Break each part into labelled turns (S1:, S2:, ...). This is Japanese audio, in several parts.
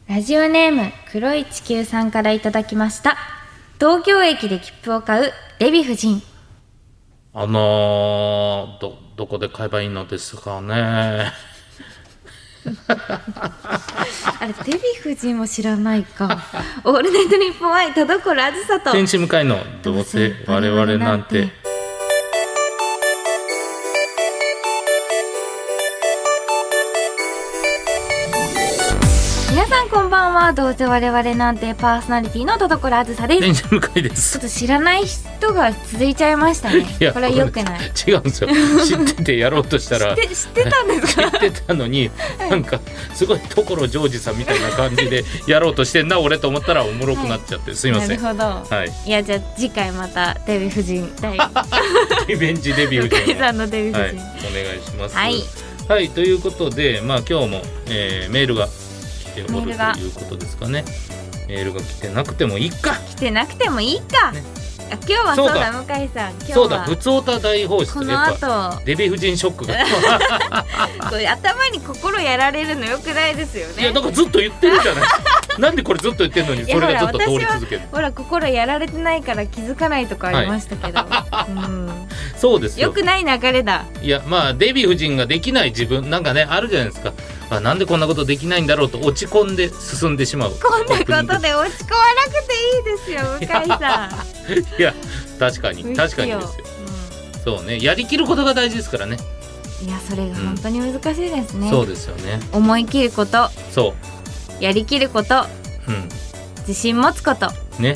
S1: ラジオネーム黒い地球さんからいただきました。東京駅で切符を買うデヴィ夫人。
S2: どこで買えばいいのですかね。
S1: あれデヴィ夫人も知らないか。オールナイトニッポン愛田所あずさと
S2: 天使向かいのどうせ我々なんて。
S1: 皆さんこんばんは。どうせ我々なんてパーソナリティの田所あずさです。
S2: 天使向かいで
S1: ちょ
S2: す。
S1: っと知らない人が続いちゃいましたね。これは良くない。
S2: 違うんですよ。知っててやろうとしたら
S1: 知ってたんですか。
S2: 知ってたのに、なんかすごい所ジョージさんみたいな感じでやろうとしてんな俺と思ったらおもろくなっちゃって、すいません。
S1: なるほど、いやじゃあ次回またデヴィ夫人
S2: リベンジデヴィ夫人
S1: 向井さんのデヴィ夫人、
S2: お願いします。
S1: はい、
S2: ということで、今日も、メールが来ておるということですかね。メールが来てなくてもいいか。
S1: 来てなくてもいいか、ね、今日はそうだ向井さん、今日は
S2: そうだ、ふつおた大放出。
S1: この後
S2: デヴィ夫人ショックが
S1: これ頭に心やられるのよくないですよね。
S2: いやだからずっと言ってるじゃないなんでこれずっと言ってるのにそれがずっと通り続ける。
S1: ほら心やられてないから気づかないとかありましたけど、
S2: そうですよ。
S1: よくない流れだ。
S2: いやデヴィ夫人ができない自分なんかねあるじゃないですか。なんでこんなことできないんだろうと落ち込んで進んでしまう。
S1: こんなことで落ち込まなくていいですよ向井さん
S2: いや確かにですよ、そうね、やりきることが大事ですからね。
S1: いやそれが本当に難しいですね、
S2: そうですよね。思
S1: い切ること、
S2: そう
S1: やりきること、自信持つこと
S2: ね、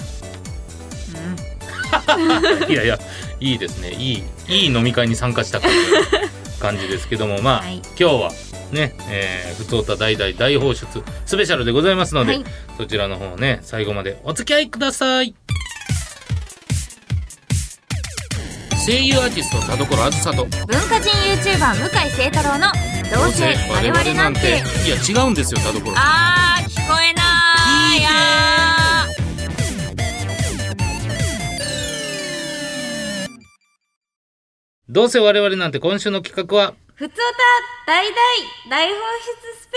S2: いやいいですね。いい飲み会に参加した感じですけども今日はね、ふつおた大放出スペシャルでございますので、そちらの方ね最後までお付き合いください。声優アーティスト田所あずさと
S1: 文化人 YouTuber 向井聖太郎のどうせ我々なんて。
S2: いや違うんですよ田所。
S1: 聞こえないや
S2: どうせ我々なんて。今週の企画は
S1: ふつおた大放出スペ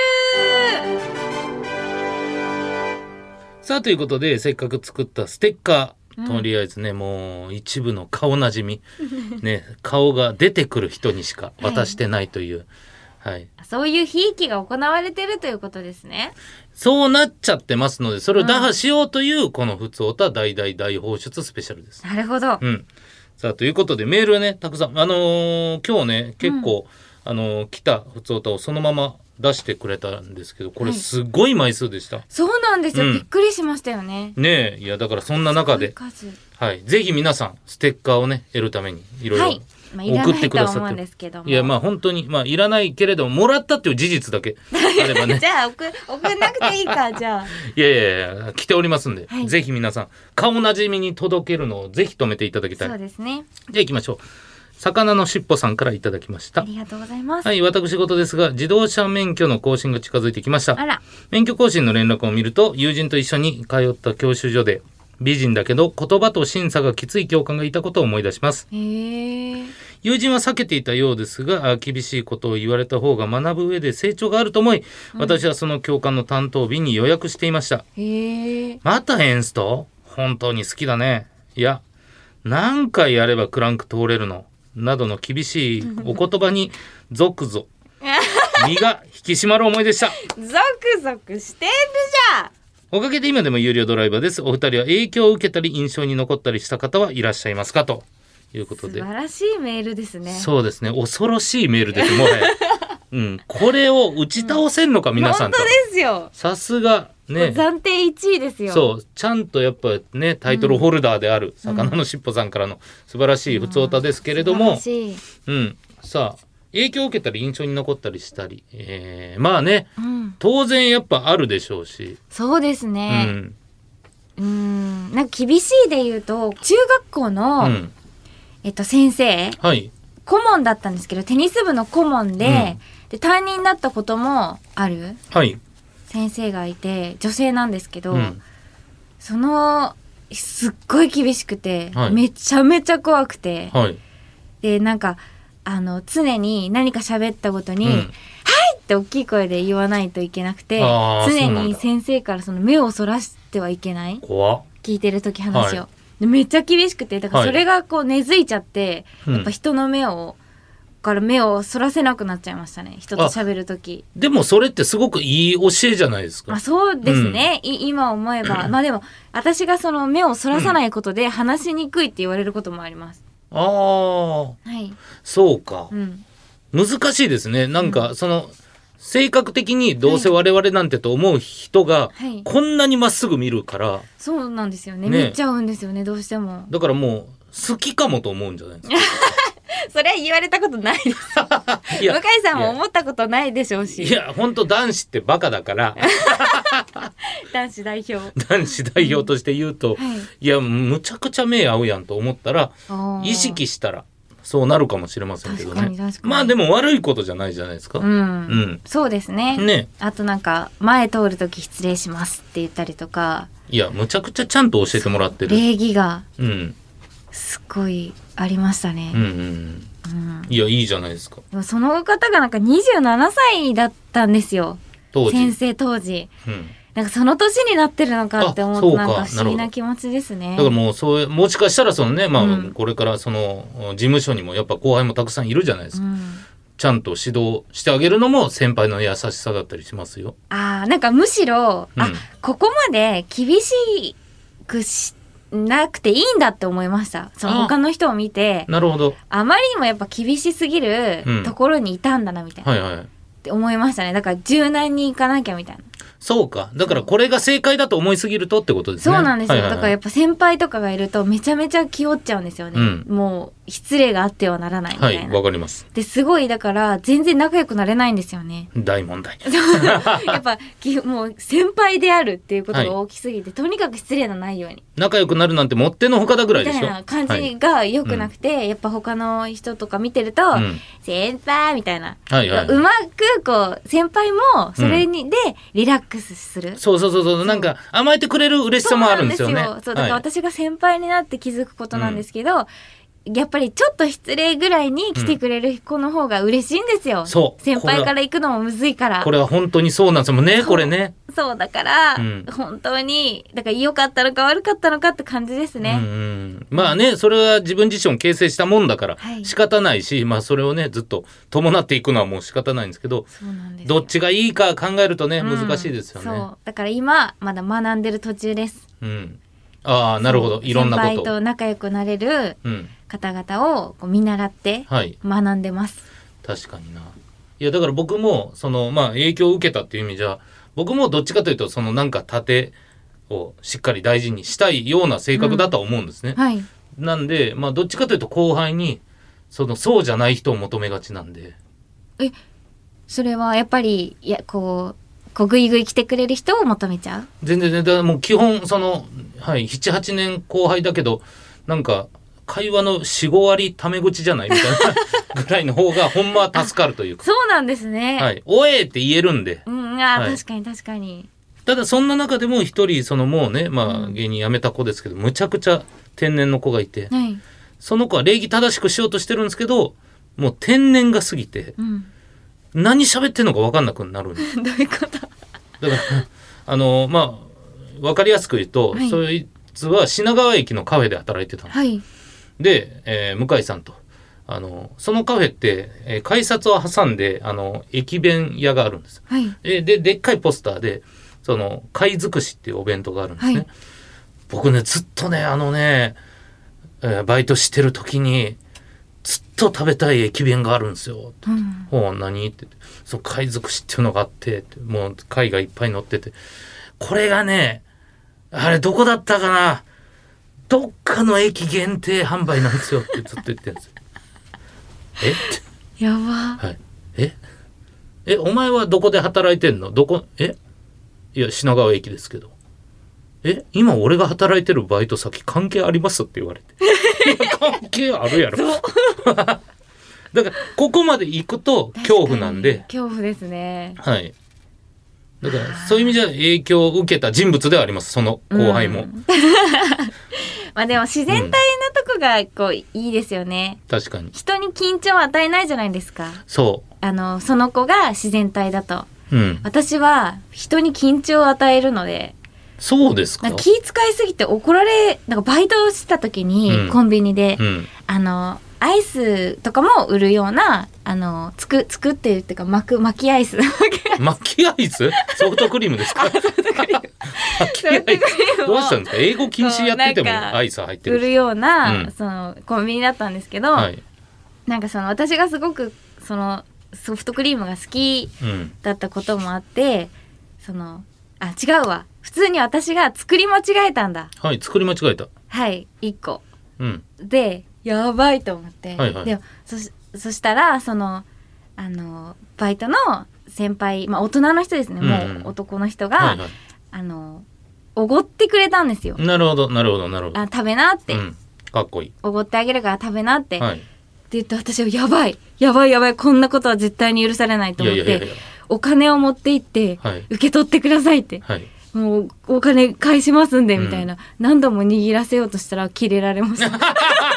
S1: シャル。
S2: さあということでせっかく作ったステッカー、とりあえずねもう一部の顔なじみね顔が出てくる人にしか渡してないという、
S1: そういうひいきが行われてるということですね。
S2: そうなっちゃってますのでそれを打破しようという、このふつおた大放出スペシャルです。
S1: なるほど、
S2: さあということでメールはねたくさん今日ね結構、来たふつおたをそのまま出してくれたんですけど、これすごい枚数でした、
S1: そうなんですよ、びっくりしましたよね。
S2: ねえ、いやだからそんな中で、ぜひ皆さんステッカーをね得るためにいろいろ送ってくださって、いや本当にいらないけれどももらったっていう事実だけあればね
S1: じゃあ送んなくていいかじゃあ
S2: いや来ておりますんで、ぜひ皆さん顔なじみに届けるのをぜひ止めていただきたい。
S1: そうですね。
S2: じゃあ行きましょう。魚のしっぽさんからいただきました。
S1: ありがとうございます。
S2: 私事ですが自動車免許の更新が近づいてきました。免許更新の連絡を見ると友人と一緒に通った教習所で美人だけど言葉と審査がきつい教官がいたことを思い出します。友人は避けていたようですが厳しいことを言われた方が学ぶ上で成長があると思い、私はその教官の担当日に予約していました。またエンスト？本当に好きだね。いや何回やればクランク通れるのなどの厳しいお言葉にゾクゾ身が引き締まる思いでした。
S1: ゾクゾクしてるじゃん。
S2: おかげで今でも有料ドライバーです。お二人は影響を受けたり印象に残ったりした方はいらっしゃいますかということで。
S1: 素晴らしいメールですね。
S2: そうですね、恐ろしいメールですもはやこれを打ち倒せんのか、皆さんと。
S1: 本当ですよ。
S2: さすがね、
S1: 暫定1位ですよ。
S2: そうちゃんとやっぱねタイトルホルダーである魚のしっぽさんからの素晴らしいふつおたですけれども、さあ影響を受けたり印象に残ったりしたり、当然やっぱあるでしょうし。
S1: そうですね、なんか厳しいで言うと中学校の、先生、顧問だったんですけどテニス部の顧問で、担任だったこともある、先生がいて女性なんですけど、そのすっごい厳しくて、めちゃめちゃ怖くて、でなんか常に何か喋ったごとに、はいっって大きい声で言わないといけなくて、常に先生からその目をそらしてはいけない。
S2: 怖っ。
S1: 聞いてる時話を、はい、めっちゃ厳しくて、だからそれがこう根付いちゃって、はい、やっぱ人の目をから目をそらせなくなっちゃいましたね、人と喋る時。
S2: でもそれってすごくいい教えじゃないですか。
S1: そうですね、今思えばまあでも私がその目をそらさないことで話しにくいって言われることもあります。
S2: はい、そうか、難しいですね。なんかその、性格的にどうせ我々なんてと思う人がこんなにまっすぐ見るから、
S1: そうなんですよね、見ちゃうんですよね、どうしても。
S2: だからもう好きかもと思うんじゃないですか。
S1: それは言われたことないです向井さんも思ったことないでしょうし。
S2: いや本当男子ってバカだから
S1: 男子代表
S2: として言うと、いやむちゃくちゃ目合うやんと思ったら、意識したらそうなるかもしれませんけどね。まあでも悪いことじゃないじゃないですか。
S1: そうですね。あとなんか前通るとき失礼しますって言ったりとか。
S2: いやむちゃくちゃちゃんと教えてもらってる。
S1: 礼儀がすごいありましたね。
S2: いやいいじゃないですか。
S1: その方がなんか27歳だったんですよ、先生当時。なんかその年になってるのかって思うと、なんか不思議な気持ちですね。
S2: だからもうもしかしたらそのね、まあこれからその事務所にもやっぱ後輩もたくさんいるじゃないですか。ちゃんと指導してあげるのも先輩の優しさだったりしますよ。
S1: なんかむしろ、ここまで厳しくなくていいんだって思いました。その他の人を見て、
S2: なるほど、
S1: あまりにもやっぱ厳しすぎるところにいたんだなみたいな、って思いましたね。だから柔軟にいかなきゃみたいな。
S2: そうか、だからこれが正解だと思いすぎるとってことですね。
S1: そうなんですよ、だからやっぱ先輩とかがいるとめちゃめちゃ気負っちゃうんですよね、もう失礼があってはならないみたいな。
S2: わかります。
S1: ですごいだから全然仲良くなれないんですよね。
S2: 大問題
S1: やっぱもう先輩であるっていうことが大きすぎて、とにかく失礼のないように
S2: 仲良くなるなんてもってのほかだぐらいでしょ
S1: みたいな感じが良くなくて、やっぱ他の人とか見てると、先輩みたいな、うまくこう先輩もそれにでリラックスする、
S2: そうなんか甘えてくれる嬉しさもあるんですよね。
S1: そうだから私が先輩になって気づくことなんですけど、やっぱりちょっと失礼ぐらいに来てくれる子の方が嬉しいんですよ。先輩から行くのもむずいから。
S2: これは本当にそうなんですもんね、これね。
S1: そうだから、本当にだから良かったのか悪かったのかって感じですね。
S2: まあね、それは自分自身を形成したもんだから仕方ないし、まあそれをねずっと伴っていくのはもう仕方ないんですけど、どっちがいいか考えるとね難しいですよね。
S1: そうだから今まだ学んでる途中です。
S2: なるほど、いろんなこと
S1: 先輩と仲良くなれる方々をこう見習って学んでます。
S2: 確かにな。いやだから僕もそのまあ影響を受けたっていう意味じゃ、僕もどっちかというとそのなんか盾をしっかり大事にしたいような性格だとは思うんですね。なんでまあどっちかというと後輩にそうじゃない人を求めがちなんで。
S1: それはやっぱりこうグイグイ来てくれる人を求めちゃう？
S2: 全然だからもう基本7、8年後輩だけどなんか会話の 4,5 割タメ口じゃないみたいなぐらいの方がほんまは助かるというか。
S1: そうなんですね。
S2: おえって言えるんで。
S1: 確かに確かに。
S2: ただそんな中でも一人もうね、まあ芸人辞めた子ですけどむちゃくちゃ天然の子がいて、その子は礼儀正しくしようとしてるんですけど、もう天然が過ぎて、何喋ってんのか分かんなくなるんです。
S1: どういうこと？だ
S2: からまあ分かりやすく言うと、そいつは品川駅のカフェで働いてたんです。で、向井さんとそのカフェって、改札を挟んで駅弁屋があるんです。でっかいポスターで貝尽くしっていうお弁当があるんですね。僕ねずっとねバイトしてる時にずっと食べたい駅弁があるんですよ。何って貝尽くしっていうのがあってもう貝がいっぱい乗ってて、これがねあれどこだったかな、どっかの駅限定販売なんですよってずっと言ってるんですよ。
S1: やば。
S2: お前はどこで働いてんの？いや品川駅ですけど。今俺が働いてるバイト先関係ありますって言われて。いや関係あるやろ。だからここまで行くと恐怖なんで。
S1: 恐怖ですね。
S2: だからそういう意味じゃ影響を受けた人物ではあります、その後輩も。
S1: まあでも自然体なとここがこういいですよね。
S2: 確かに
S1: 人に緊張を与えないじゃないですか。
S2: そう
S1: その子が自然体だと、
S2: 私
S1: は人に緊張を与えるので。
S2: そうですか。
S1: 気遣いすぎて怒られ、なんかバイトした時に、コンビニで、アイスとかも売るような作ってるっていうか巻きアイス
S2: 巻きアイスソフトクリームですか？ソフトクリーム巻きアイスどうしたんですか？英語禁止やっててもアイス入ってる
S1: 売るような、そのコンビニだったんですけど、なんか私がすごくそのソフトクリームが好きだったこともあって、違うわ、普通に私が作り間違えたんだ。
S2: はい、作り間違えた。
S1: はい、1個、でやばいと思って、でもそしたらバイトの先輩、大人の人ですね、もう男の人が、おごってくれたんですよ。
S2: なるほど
S1: 食べなって、
S2: かっこいい。
S1: おごってあげるから食べなって、って言って、私はやばいこんなことは絶対に許されないと思って、お金を持って行って、受け取ってくださいって、もうお金返しますんでみたいな、何度も握らせようとしたらキレられました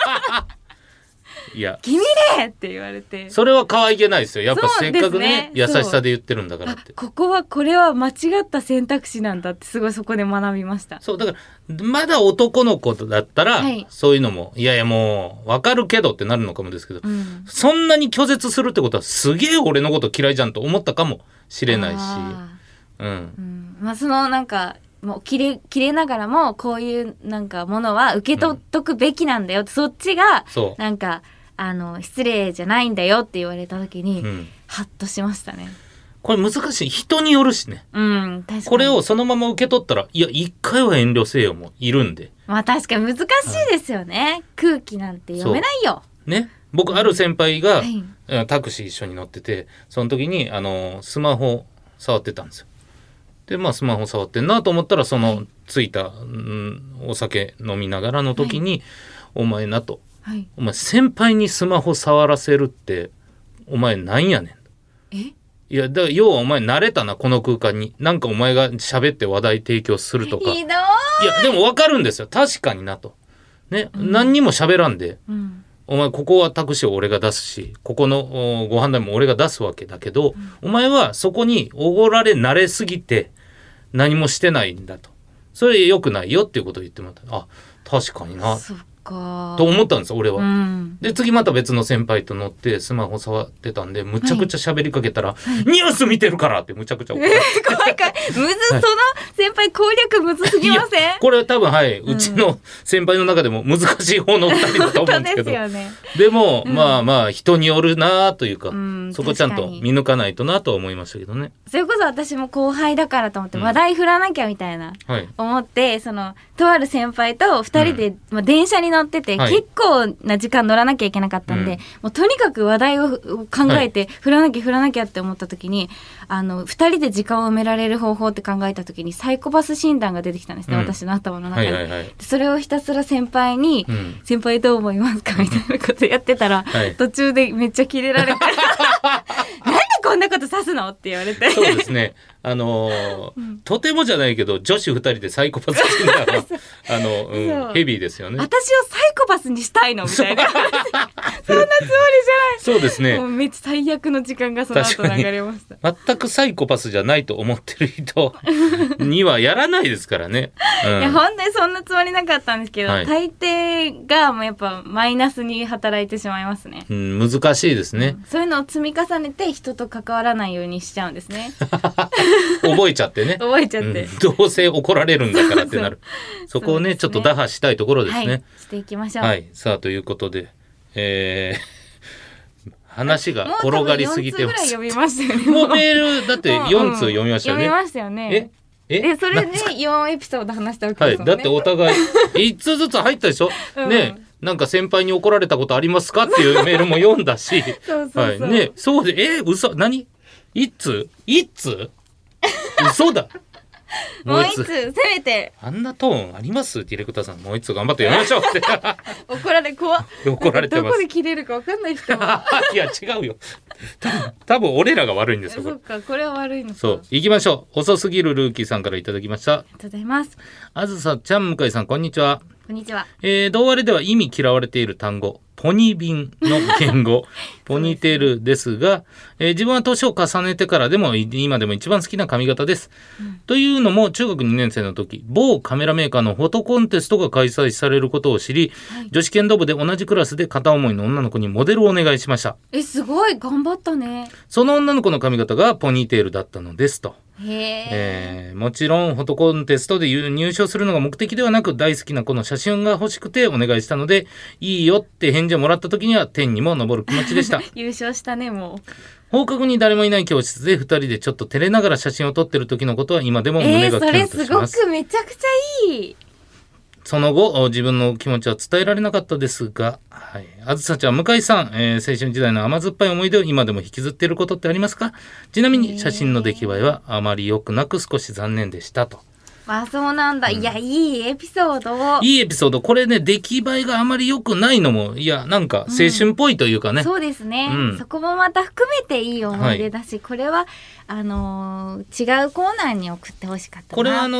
S1: いや君ねって言われて、
S2: それは可愛げないですよ。やっぱせっかくね、優しさで言ってるんだからって。
S1: これは間違った選択肢なんだって、すごいそこで学びました。
S2: そうだからまだ男の子だったら、そういうのもいやもう分かるけどってなるのかもですけど、そんなに拒絶するってことはすげえ俺のこと嫌いじゃんと思ったかもしれないし、
S1: なんかもう切れながらも、こういうなんかものは受け取っとくべきなんだよって、そっちがなんか失礼じゃないんだよって言われた時に、ハッとしましたね。
S2: これ難しい、人によるしね。
S1: 確かに
S2: これをそのまま受け取ったら、いや一回は遠慮せよもいるんで。
S1: 確かに難しいですよね、空気なんて読めないよ
S2: ね。僕ある先輩が、タクシー一緒に乗ってて、その時にスマホ触ってたんですよ。でスマホ触ってんなと思ったら、そのついた、お酒飲みながらの時に、お前なと、お前先輩にスマホ触らせるってお前なんやねん。いやだから要はお前慣れたなこの空間に、なんかお前が喋って話題提供するとか。
S1: ひどい。い
S2: やでも分かるんですよ、確かになとね、何にも喋らんで、お前ここはタクシーを俺が出すし、ここのご飯代も俺が出すわけだけど、お前はそこにおごられ慣れすぎて何もしてないんだと、それ良くないよっていうことを言ってもらった。確かになと思ったんですよ俺は、で次また別の先輩と乗ってスマホ触ってたんで、むちゃくちゃ喋りかけたら、ニュース見てるからってむちゃくちゃ怒られて
S1: 怖いその先輩攻略むずすぎません？
S2: これは多分うちの先輩の中でも難しい方の2人だと思うんですけどでも、人によるなというか、そこちゃんと見抜かないとなとは思いましたけどね。
S1: それこそ私も後輩だからと思って話題振らなきゃみたいな、思ってとある先輩と2人で、電車に乗ってて、結構な時間乗らなきゃいけなかったんで、もうとにかく話題を考えて振らなきゃって思った時に、2人で時間を埋められる方法って考えた時にサイコパス診断が出てきたんですね、私の頭の中で、それをひたすら先輩に、先輩どう思いますかみたいなことやってたら、途中でめっちゃキレられてなんでこんなこと指すのって言われて。
S2: そうですね、とてもじゃないけど女子2人でサイコパス診断はヘビーですよね。
S1: 私をサイコパスにしたいのみたいなそんなつもりじゃない。
S2: そうですね、
S1: もうめっちゃ最悪の時間がその後流れました。
S2: 全くサイコパスじゃないと思ってる人にはやらないですからね、
S1: いや本当にそんなつもりなかったんですけど、大抵がもうやっぱマイナスに働いてしまいますね。
S2: 難しいですね、
S1: そういうのを積み重ねて人と関わらないようにしちゃうんですね
S2: 覚えちゃってね
S1: 覚えちゃって、
S2: どうせ怒られるんだからってなるそこをねちょっと打破したいところですね。
S1: していきましょう。
S2: さあということで、話が転がりすぎてます。
S1: もう多分4つぐらい読みましたよね。
S2: もうメールだって4通読みましたよね。
S1: 読みましたよね。それで4エピソード話したわけですもんね。
S2: だってお互い1通ずつ入ったでしょ、ね、なんか先輩に怒られたことありますかっていうメールも読んだしそうで嘘何1通嘘だ
S1: もう一つせめて
S2: あんなトーンあります？ディレクターさんもう一つ頑張って読みましょうって
S1: 怒られ怖っ
S2: 怒られてます。
S1: どこで切れるか分かんない人
S2: いや違うよ多分俺らが悪いんですよ。
S1: そっかこれは悪いのか。
S2: そう行きましょう。遅すぎるルーキーさんからいただきました。
S1: ありがとうございます。
S2: あずさちゃん向井さんこんにちは。
S1: こんにちは。
S2: 同割れでは意味嫌われている単語、ポニビンの言語、ポニーテールですが、自分は年を重ねてからでも今でも一番好きな髪型です。というのも、中学2年生の時、某カメラメーカーのフォトコンテストが開催されることを知り、女子剣道部で同じクラスで片思いの女の子にモデルをお願いしました。
S1: すごい頑張ったね。
S2: その女の子の髪型がポニーテールだったのですと。もちろんフォトコンテストで入賞するのが目的ではなく、大好きな子の写真が欲しくてお願いしたので、いいよって返事をもらった時には天にも昇る気持ちでした
S1: 優勝したね。もう
S2: 放課後に誰もいない教室で2人でちょっと照れながら写真を撮ってる時のことは今でも胸がキュンとします。
S1: それすごくめちゃくちゃいい。
S2: その後自分の気持ちは伝えられなかったですが、あずさちゃん、向井さん、青春時代の甘酸っぱい思い出を今でも引きずっていることってありますか？ちなみに写真の出来栄えはあまり良くなく少し残念でしたと。
S1: そうなんだ。いや、いいエピソード。
S2: いいエピソード。これね、出来栄えがあまり良くないのも、いや、なんか青春っぽいというかね。
S1: そうですね、そこもまた含めていい思い出だし、これは違うコーナーに送ってほしかったな。
S2: これは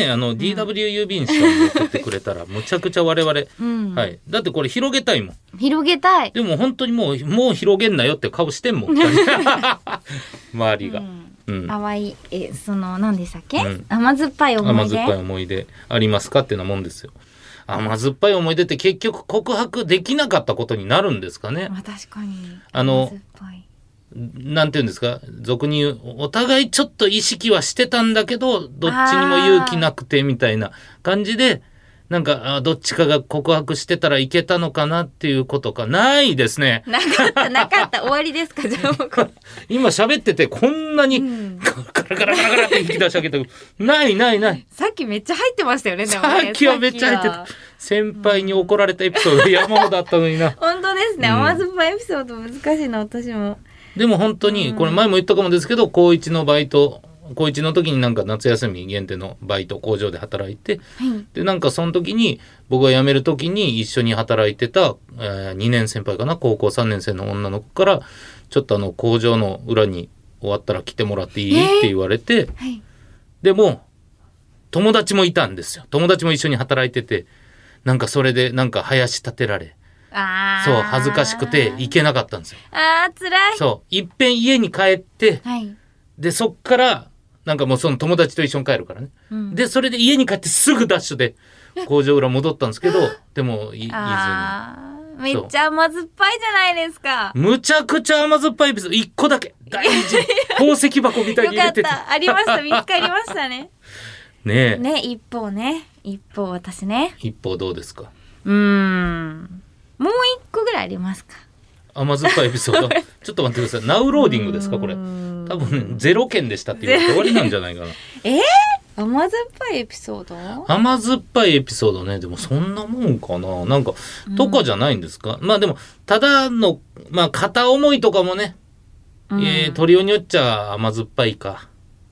S2: DW 郵便士さんに送ってくれたらむちゃくちゃ我々、だってこれ広げたいもん。
S1: 広げたい。
S2: でも本当にもう広げんなよって顔してんもん周りが。
S1: かわいい。何でしたっけ、甘酸っぱい思い出。
S2: 甘酸っぱい思い出ありますかってなもんですよ。甘酸っぱい思い出って結局告白できなかったことになるんですかね。
S1: 確かに甘酸っぱい。
S2: なんていうんですか、俗に言うお互いちょっと意識はしてたんだけどどっちにも勇気なくてみたいな感じで、なんかどっちかが告白してたらいけたのかなっていうことか。ないですね。
S1: なかった終わりですか？じゃあもう
S2: 今喋っててこんなにカラカラカラカラって引き出し上げてない。
S1: さっきめっちゃ入ってましたよね。でも
S2: さっきはめっちゃ入ってた。先輩に怒られたエピソード山ほどだったのにな。
S1: 本当ですね。甘酸っぱいエピソード難しいな私も。
S2: でも本当にこれ前も言ったかもですけど、高1の時になんか夏休み限定のバイト工場で働いて、でなんかその時に僕が辞める時に一緒に働いてた、2年先輩かな、高校3年生の女の子からちょっと工場の裏に終わったら来てもらっていいって言われて、でも友達もいたんですよ。友達も一緒に働いてて、なんかそれでなんか林立てられ、そう恥ずかしくて行けなかったんですよ。
S1: 辛い。
S2: そういっぺん家に帰って、でそっからなんかもうその友達と一緒に帰るからね、でそれで家に帰ってすぐダッシュで工場裏戻ったんですけどでも言いずに。
S1: めっちゃ甘酸っぱいじゃないですか。
S2: むちゃくちゃ甘酸っぱいエピソード1個だけ大事宝石箱みたいに入れてて
S1: よかった。ありました。見つかりましたね。
S2: ね
S1: 一方私ね。
S2: 一方どうですか？
S1: もう一個ぐらいありますか？
S2: 甘酸っぱいエピソードちょっと待ってください。ナウローディングですかこれ？多分0件でしたって言われて終わりなんじゃないかな。
S1: 甘酸っぱいエピソード？甘
S2: 酸っぱいエピソードね。でもそんなもんかな。なんかとかじゃないんですか？まあでもただの片思いとかもね、トリオによっちゃ甘酸っぱいか。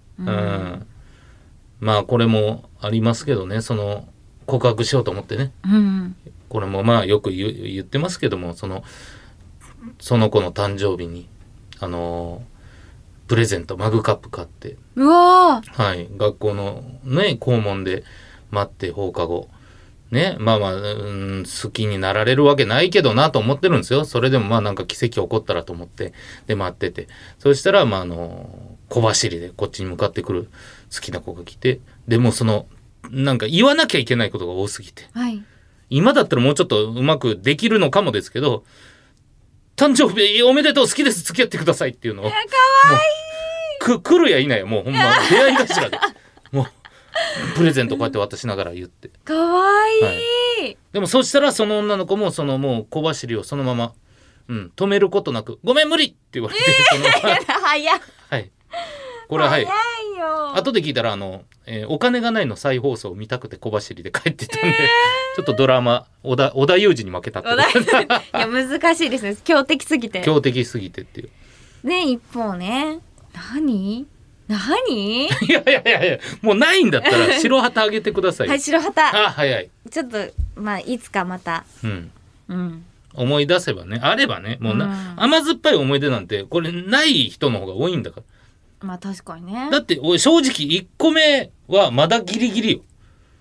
S2: まあこれもありますけどね。その告白しようと思ってね。これもまあよく言ってますけども、その子の誕生日にプレゼントマグカップ買って、学校のね校門で待って放課後ね、好きになられるわけないけどなと思ってるんですよ。それでもなんか奇跡起こったらと思ってで待ってて、そしたら小走りでこっちに向かってくる好きな子が来て、でもなんか言わなきゃいけないことが多すぎて、今だったらもうちょっとうまくできるのかもですけど、誕生日おめでとう、好きです、付き合ってくださいっていうのを、かわいい、来るやいないや、もうほんま出会い頭でもうプレゼントこうやって渡しながら言って、
S1: かわいい、
S2: でもそしたらその女の子ももう小走りをそのまま、止めることなくごめん無理って言われて、
S1: 早っ、
S2: これは後で聞いたらお金がないの再放送を見たくて小走りで帰ってたんで、ちょっとドラマ織田裕二に負けたってい
S1: や難しいですね、強敵すぎて
S2: っていう
S1: ね。一方ね、何い
S2: やもうないんだったら白旗あげてください。
S1: はい、白旗。
S2: 早い。
S1: ちょっといつかまた
S2: 思い出せばね、あればね、もう甘酸っぱい思い出なんてこれない人の方が多いんだから。
S1: 確かにね。
S2: だって正直1個目はまだギリギリよ。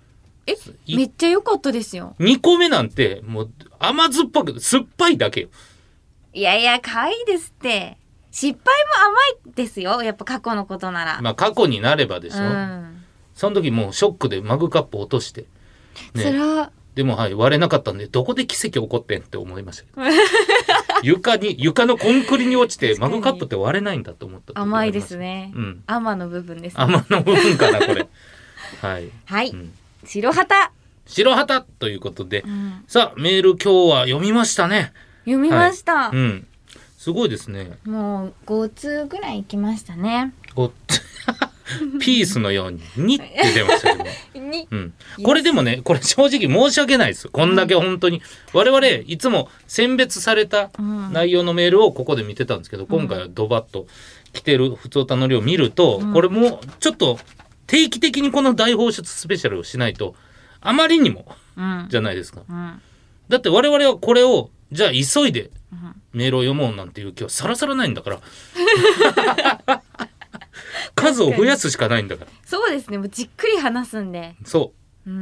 S1: めっちゃ良かったですよ。
S2: 2個目なんてもう甘酸っぱく酸っぱいだけよ。
S1: いやいや可愛いですって。失敗も甘いですよ、やっぱ過去のことなら。
S2: まあ過去になればでしょ、その時もうショックでマグカップ落として、
S1: ね、そら
S2: でも割れなかったんでどこで奇跡起こってんって思いましたけど床のコンクリに落ちてマグカップって割れないんだと思った。
S1: 甘いですね、甘の部分ですね。
S2: 甘の部分かなこれはい、
S1: はい白旗
S2: ということで、さあメール今日は読みましたね。
S1: 読みました、
S2: すごいですね。
S1: もう5通ぐらい行きましたね。
S2: ピースのように2って出ましたけどこれでもね、これ正直申し訳ないです。こんだけ本当に我々いつも選別された内容のメールをここで見てたんですけど、今回はドバッと来てるふつおたの量を見ると、これもうちょっと定期的にこの大放出スペシャルをしないとあまりにも、じゃないですか、だって我々はこれをじゃあ急いでメールを読もうなんていう気はさらさらないんだから数を増やすしかないんだから。
S1: そうですね、もうじっくり話すんで。
S2: そう、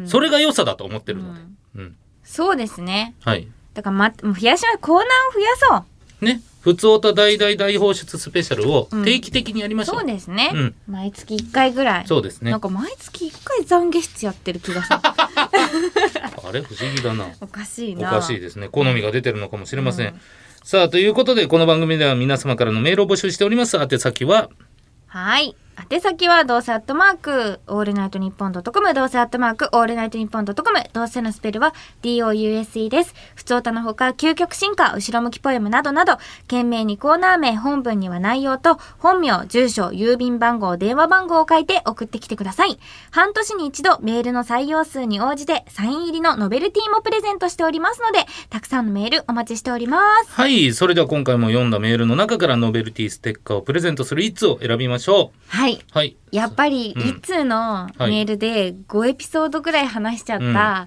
S2: それが良さだと思ってるので、
S1: そうですね。
S2: はい。
S1: だからもうコーナーを増やそう
S2: ね。ふつおた大放出スペシャルを定期的にやりましょう。
S1: そうですね、毎月1回ぐらい。
S2: そうですね。
S1: なんか毎月1回懺悔室やってる気がする
S2: あれ不思議だな。
S1: おかしいな。
S2: おかしいですね。好みが出てるのかもしれません、さあということでこの番組では皆様からのメールを募集しております。宛先は
S1: 宛先はどうせオールナイトニッポン.com、どうせオールナイトニッポン.com、どうせのスペルは DOUSE です。ふつおたのほか究極進化、後ろ向きポエムなどなど、懸命にコーナー名、本文には内容と本名、住所、郵便番号、電話番号を書いて送ってきてください。半年に一度メールの採用数に応じてサイン入りのノベルティもプレゼントしておりますので、たくさんのメールお待ちしております。
S2: はい、それでは今回も読んだメールの中からノベルティステッカーをプレゼントする1通を選びましょう。
S1: はい、やっぱり1通のメールで5エピソードぐらい話しちゃった、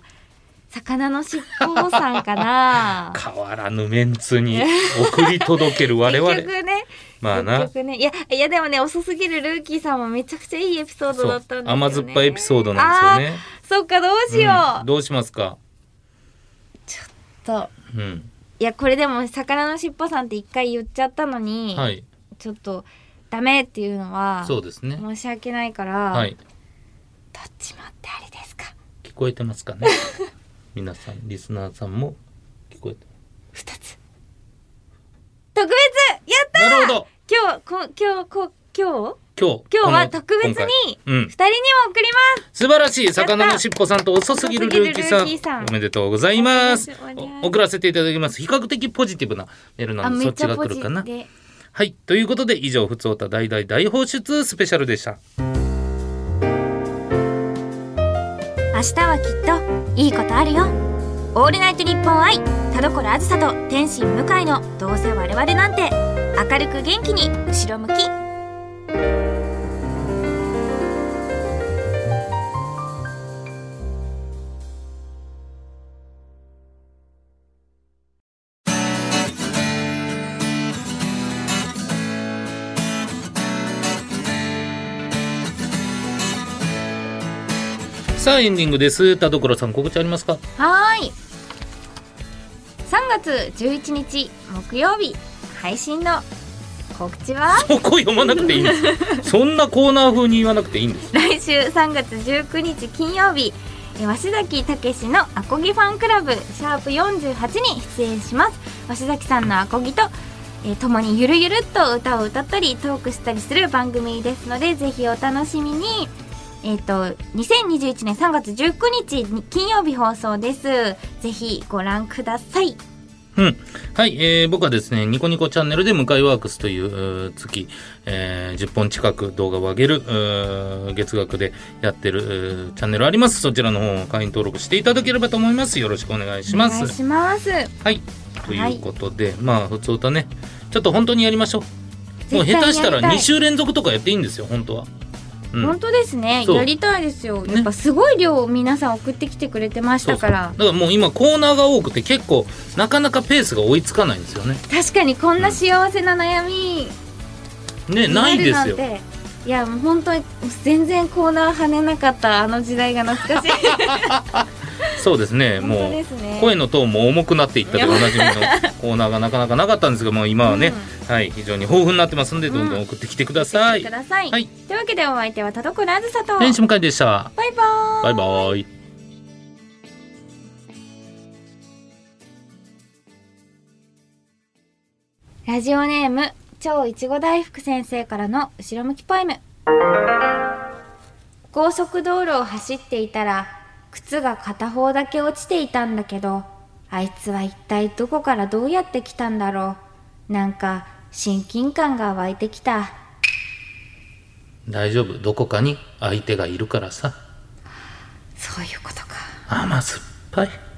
S1: 魚のしっぽさんかな
S2: 変わらぬメンツに送り届ける我々
S1: 結局ね、
S2: まあな、
S1: いやでもね、遅すぎるルーキーさんもめちゃくちゃいいエピソードだったんですよね。
S2: 甘酸っぱいエピソードなんですよね。
S1: そっか、どうしよう、
S2: どうしますか。
S1: ちょっと、いやこれでも魚のしっぽさんって1回言っちゃったのに、ちょっとダメっていうのは
S2: そうですね、
S1: 申し訳ないから、どっちもってありですか。
S2: 聞こえてますかね皆さんリスナーさんも聞こえて
S1: 2つ特別やったー。
S2: なるほど。
S1: 今日は特別に2人にも送ります。
S2: 素晴らしい。魚のしっぽさんと遅すぎるルーキーさん、おめでとうございます。送らせていただきます。比較的ポジティブなメールなので、そっちが来るかな。はい、ということで以上ふつおた大放出スペシャルでした。
S1: 明日はきっといいことあるよ。オールナイトニッポン愛、田所あずさと天心向井のどうせ我々なんて、明るく元気に後ろ向き。
S2: さあエンディングです。田所さん、告知ありますか。
S1: はい、3月11日木曜日配信の告知は
S2: そこ読まなくていいんですそんなコーナー風に言わなくていいんです。
S1: 来週3月19日金曜日、鷲崎武のアコギファンクラブシャープ48に出演します。鷲崎さんのアコギと共にゆるゆるっと歌を歌ったりトークしたりする番組ですので、ぜひお楽しみに。2021年3月19日金曜日放送です。ぜひご覧ください。
S2: はい、僕はですねニコニコチャンネルで向井ワークスという月、10本近く動画を上げる月額でやってるチャンネルあります。そちらの方を会員登録していただければと思います。よろしくお願いします。
S1: お願いします。
S2: はい、ということで、まあ普通歌ね、ちょっと本当にやりましょう。もう下手したら2週連続とかやっていいんですよ本当は。
S1: 本当ですね、やりたいですよ。やっぱすごい量皆さん送ってきてくれてましたから。
S2: だからもう今コーナーが多くて結構なかなかペースが追いつかないんですよね。
S1: 確かにこんな幸せな悩み、
S2: ね、ないですよ。
S1: いやもう本当に全然コーナー跳ねなかったあの時代が懐かしい
S2: そうですね、もう声のトーンも重くなっていったとおなじみのコーナーがなかなかなかったんですが、もう今はね、はい、非常に豊富になってますんで、どんどん送ってきてください。
S1: はい、というわけでお相手は田所あずさと
S2: 天使向井でした。
S1: バイバーイ。
S2: バイバーイ。
S1: ラジオネーム超いちご大福先生からの後ろ向きポエム。高速道路を走っていたら靴が片方だけ落ちていたんだけど、あいつは一体どこからどうやって来たんだろう。なんか親近感が湧いてきた。
S2: 大丈夫、どこかに相手がいるからさ。
S1: そういうことか。
S2: 甘酸っぱい。